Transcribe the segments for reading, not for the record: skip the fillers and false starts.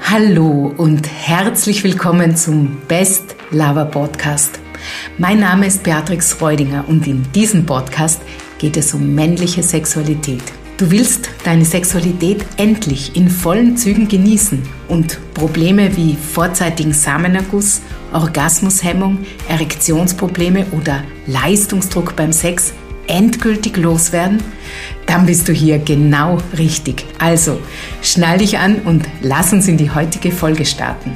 Hallo und herzlich willkommen zum Best Lover Podcast. Mein Name ist Beatrix Reudinger und in diesem Podcast geht es um männliche Sexualität. Du willst deine Sexualität endlich in vollen Zügen genießen und Probleme wie vorzeitigen Samenerguss, Orgasmushemmung, Erektionsprobleme oder Leistungsdruck beim Sex endgültig loswerden? Dann bist du hier genau richtig. Also, schnall dich an und lass uns in die heutige Folge starten.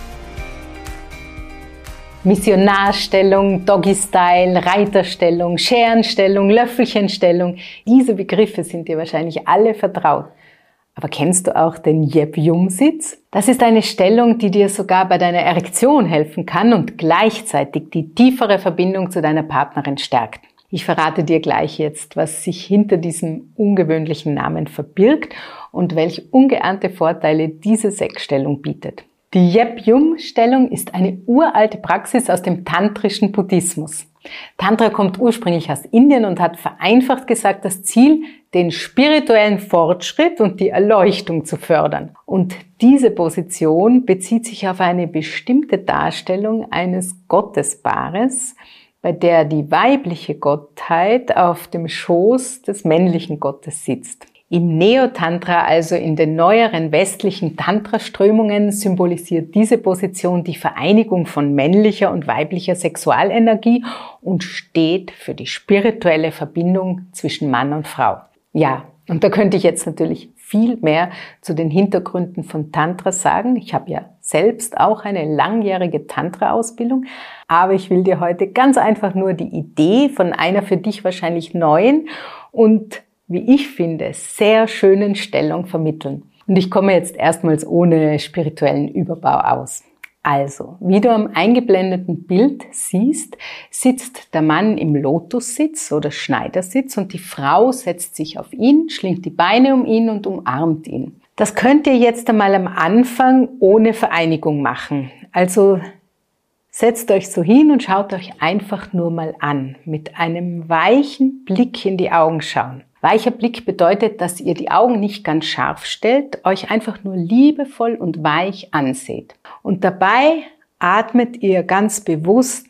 Missionarstellung, Doggy-Style, Reiterstellung, Scherenstellung, Löffelchenstellung. Diese Begriffe sind dir wahrscheinlich alle vertraut. Aber kennst du auch den Yep-Yum-Sitz? Das ist eine Stellung, die dir sogar bei deiner Erektion helfen kann und gleichzeitig die tiefere Verbindung zu deiner Partnerin stärkt. Ich verrate dir gleich jetzt, was sich hinter diesem ungewöhnlichen Namen verbirgt und welche ungeahnte Vorteile diese Sexstellung bietet. Die Yep-Yum-Stellung ist eine uralte Praxis aus dem tantrischen Buddhismus. Tantra kommt ursprünglich aus Indien und hat vereinfacht gesagt das Ziel, den spirituellen Fortschritt und die Erleuchtung zu fördern. Und diese Position bezieht sich auf eine bestimmte Darstellung eines Gottespaares, bei der die weibliche Gottheit auf dem Schoß des männlichen Gottes sitzt. Im Neo-Tantra, also in den neueren westlichen Tantra-Strömungen, symbolisiert diese Position die Vereinigung von männlicher und weiblicher Sexualenergie und steht für die spirituelle Verbindung zwischen Mann und Frau. Ja, und da könnte ich jetzt natürlich viel mehr zu den Hintergründen von Tantra sagen. Ich habe ja selbst auch eine langjährige Tantra-Ausbildung, aber ich will dir heute ganz einfach nur die Idee von einer für dich wahrscheinlich neuen und, wie ich finde, sehr schönen Stellung vermitteln. Und ich komme jetzt erstmals ohne spirituellen Überbau aus. Also, wie du am eingeblendeten Bild siehst, sitzt der Mann im Lotussitz oder Schneidersitz und die Frau setzt sich auf ihn, schlingt die Beine um ihn und umarmt ihn. Das könnt ihr jetzt einmal am Anfang ohne Vereinigung machen. Also setzt euch so hin und schaut euch einfach nur mal an. Mit einem weichen Blick in die Augen schauen. Weicher Blick bedeutet, dass ihr die Augen nicht ganz scharf stellt, euch einfach nur liebevoll und weich anseht. Und dabei atmet ihr ganz bewusst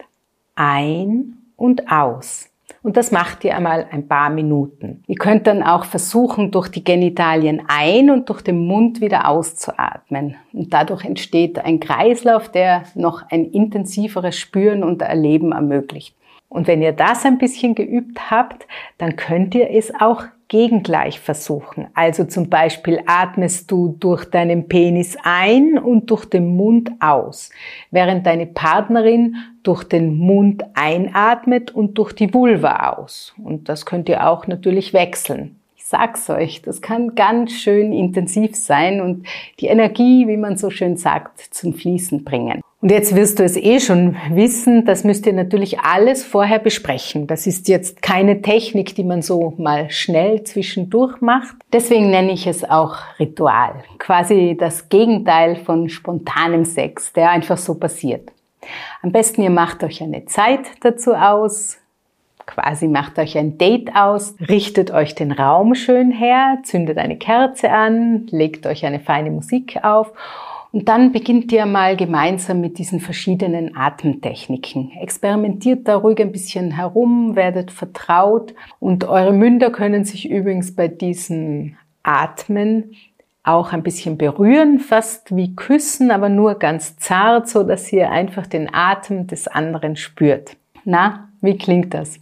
ein und aus. Und das macht ihr einmal ein paar Minuten. Ihr könnt dann auch versuchen, durch die Genitalien ein- und durch den Mund wieder auszuatmen. Und dadurch entsteht ein Kreislauf, der noch ein intensiveres Spüren und Erleben ermöglicht. Und wenn ihr das ein bisschen geübt habt, dann könnt ihr es auch gegengleich versuchen. Also zum Beispiel atmest du durch deinen Penis ein und durch den Mund aus, während deine Partnerin durch den Mund einatmet und durch die Vulva aus. Und das könnt ihr auch natürlich wechseln. Ich sag's euch, das kann ganz schön intensiv sein und die Energie, wie man so schön sagt, zum Fließen bringen. Und jetzt wirst du es schon wissen, das müsst ihr natürlich alles vorher besprechen. Das ist jetzt keine Technik, die man so mal schnell zwischendurch macht. Deswegen nenne ich es auch Ritual. Quasi das Gegenteil von spontanem Sex, der einfach so passiert. Am besten ihr macht euch eine Zeit dazu aus. Quasi macht euch ein Date aus, richtet euch den Raum schön her, zündet eine Kerze an, legt euch eine feine Musik auf und dann beginnt ihr mal gemeinsam mit diesen verschiedenen Atemtechniken. Experimentiert da ruhig ein bisschen herum, werdet vertraut und eure Münder können sich übrigens bei diesem Atmen auch ein bisschen berühren, fast wie küssen, aber nur ganz zart, so dass ihr einfach den Atem des anderen spürt. Na, wie klingt das?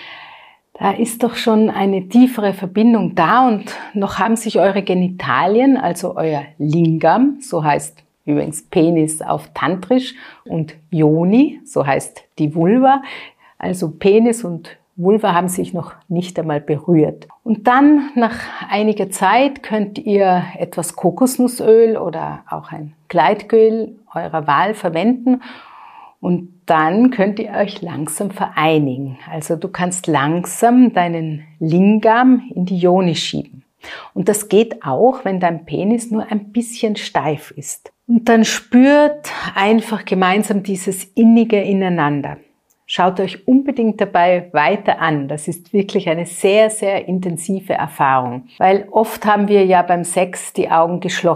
Da ist doch schon eine tiefere Verbindung da und noch haben sich eure Genitalien, also euer Lingam, so heißt übrigens Penis auf Tantrisch, und Yoni, so heißt die Vulva, also Penis und Vulva haben sich noch nicht einmal berührt. Und dann, nach einiger Zeit, könnt ihr etwas Kokosnussöl oder auch ein Gleitöl eurer Wahl verwenden. Und dann könnt ihr euch langsam vereinigen. Also du kannst langsam deinen Lingam in die Yoni schieben. Und das geht auch, wenn dein Penis nur ein bisschen steif ist. Und dann spürt einfach gemeinsam dieses innige Ineinander. Schaut euch unbedingt dabei weiter an. Das ist wirklich eine sehr, sehr intensive Erfahrung. Weil oft haben wir ja beim Sex die Augen geschlossen.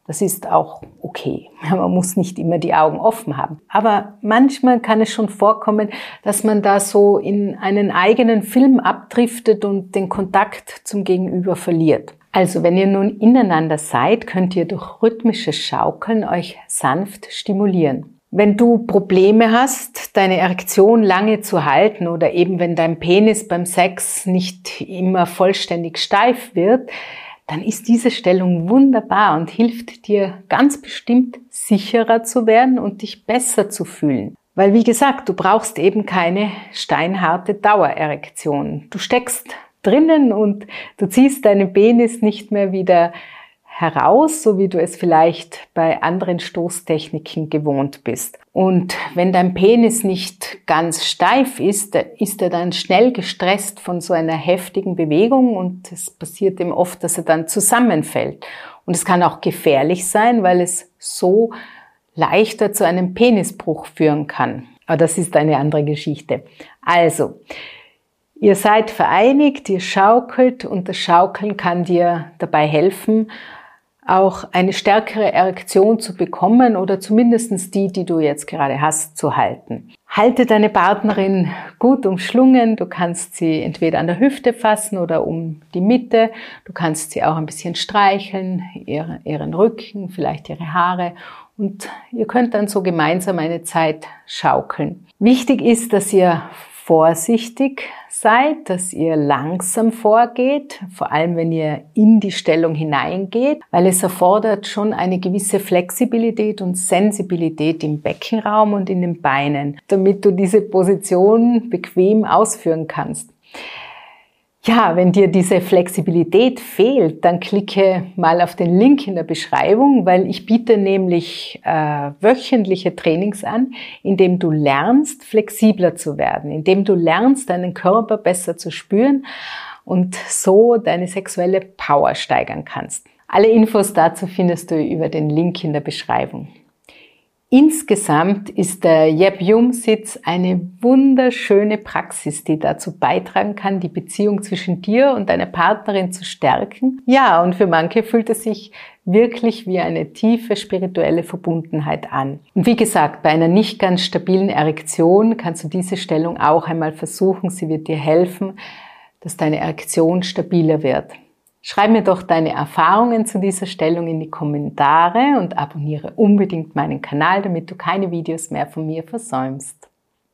Das ist auch okay. Man muss nicht immer die Augen offen haben. Aber manchmal kann es schon vorkommen, dass man da so in einen eigenen Film abdriftet und den Kontakt zum Gegenüber verliert. Also, wenn ihr nun ineinander seid, könnt ihr durch rhythmisches Schaukeln euch sanft stimulieren. Wenn du Probleme hast, deine Erektion lange zu halten oder eben wenn dein Penis beim Sex nicht immer vollständig steif wird, dann ist diese Stellung wunderbar und hilft dir ganz bestimmt sicherer zu werden und dich besser zu fühlen. Weil wie gesagt, du brauchst eben keine steinharte Dauererektion. Du steckst drinnen und du ziehst deinen Penis nicht mehr wieder heraus, so wie du es vielleicht bei anderen Stoßtechniken gewohnt bist. Und wenn dein Penis nicht ganz steif ist er dann schnell gestresst von so einer heftigen Bewegung und es passiert ihm oft, dass er dann zusammenfällt. Und es kann auch gefährlich sein, weil es so leichter zu einem Penisbruch führen kann. Aber das ist eine andere Geschichte. Also, ihr seid vereinigt, ihr schaukelt und das Schaukeln kann dir dabei helfen, auch eine stärkere Erektion zu bekommen oder zumindest die du jetzt gerade hast, zu halten. Halte deine Partnerin gut umschlungen. Du kannst sie entweder an der Hüfte fassen oder um die Mitte. Du kannst sie auch ein bisschen streicheln, ihren Rücken, vielleicht ihre Haare. Und ihr könnt dann so gemeinsam eine Zeit schaukeln. Wichtig ist, dass ihr vorsichtig seid, dass ihr langsam vorgeht, vor allem wenn ihr in die Stellung hineingeht, weil es erfordert schon eine gewisse Flexibilität und Sensibilität im Beckenraum und in den Beinen, damit du diese Position bequem ausführen kannst. Ja, wenn dir diese Flexibilität fehlt, dann klicke mal auf den Link in der Beschreibung, weil ich biete nämlich wöchentliche Trainings an, in dem du lernst, flexibler zu werden, in dem du lernst, deinen Körper besser zu spüren und so deine sexuelle Power steigern kannst. Alle Infos dazu findest du über den Link in der Beschreibung. Insgesamt ist der Yep-Yum-Sitz eine wunderschöne Praxis, die dazu beitragen kann, die Beziehung zwischen dir und deiner Partnerin zu stärken. Ja, und für manche fühlt es sich wirklich wie eine tiefe spirituelle Verbundenheit an. Und wie gesagt, bei einer nicht ganz stabilen Erektion kannst du diese Stellung auch einmal versuchen. Sie wird dir helfen, dass deine Erektion stabiler wird. Schreib mir doch deine Erfahrungen zu dieser Stellung in die Kommentare und abonniere unbedingt meinen Kanal, damit du keine Videos mehr von mir versäumst.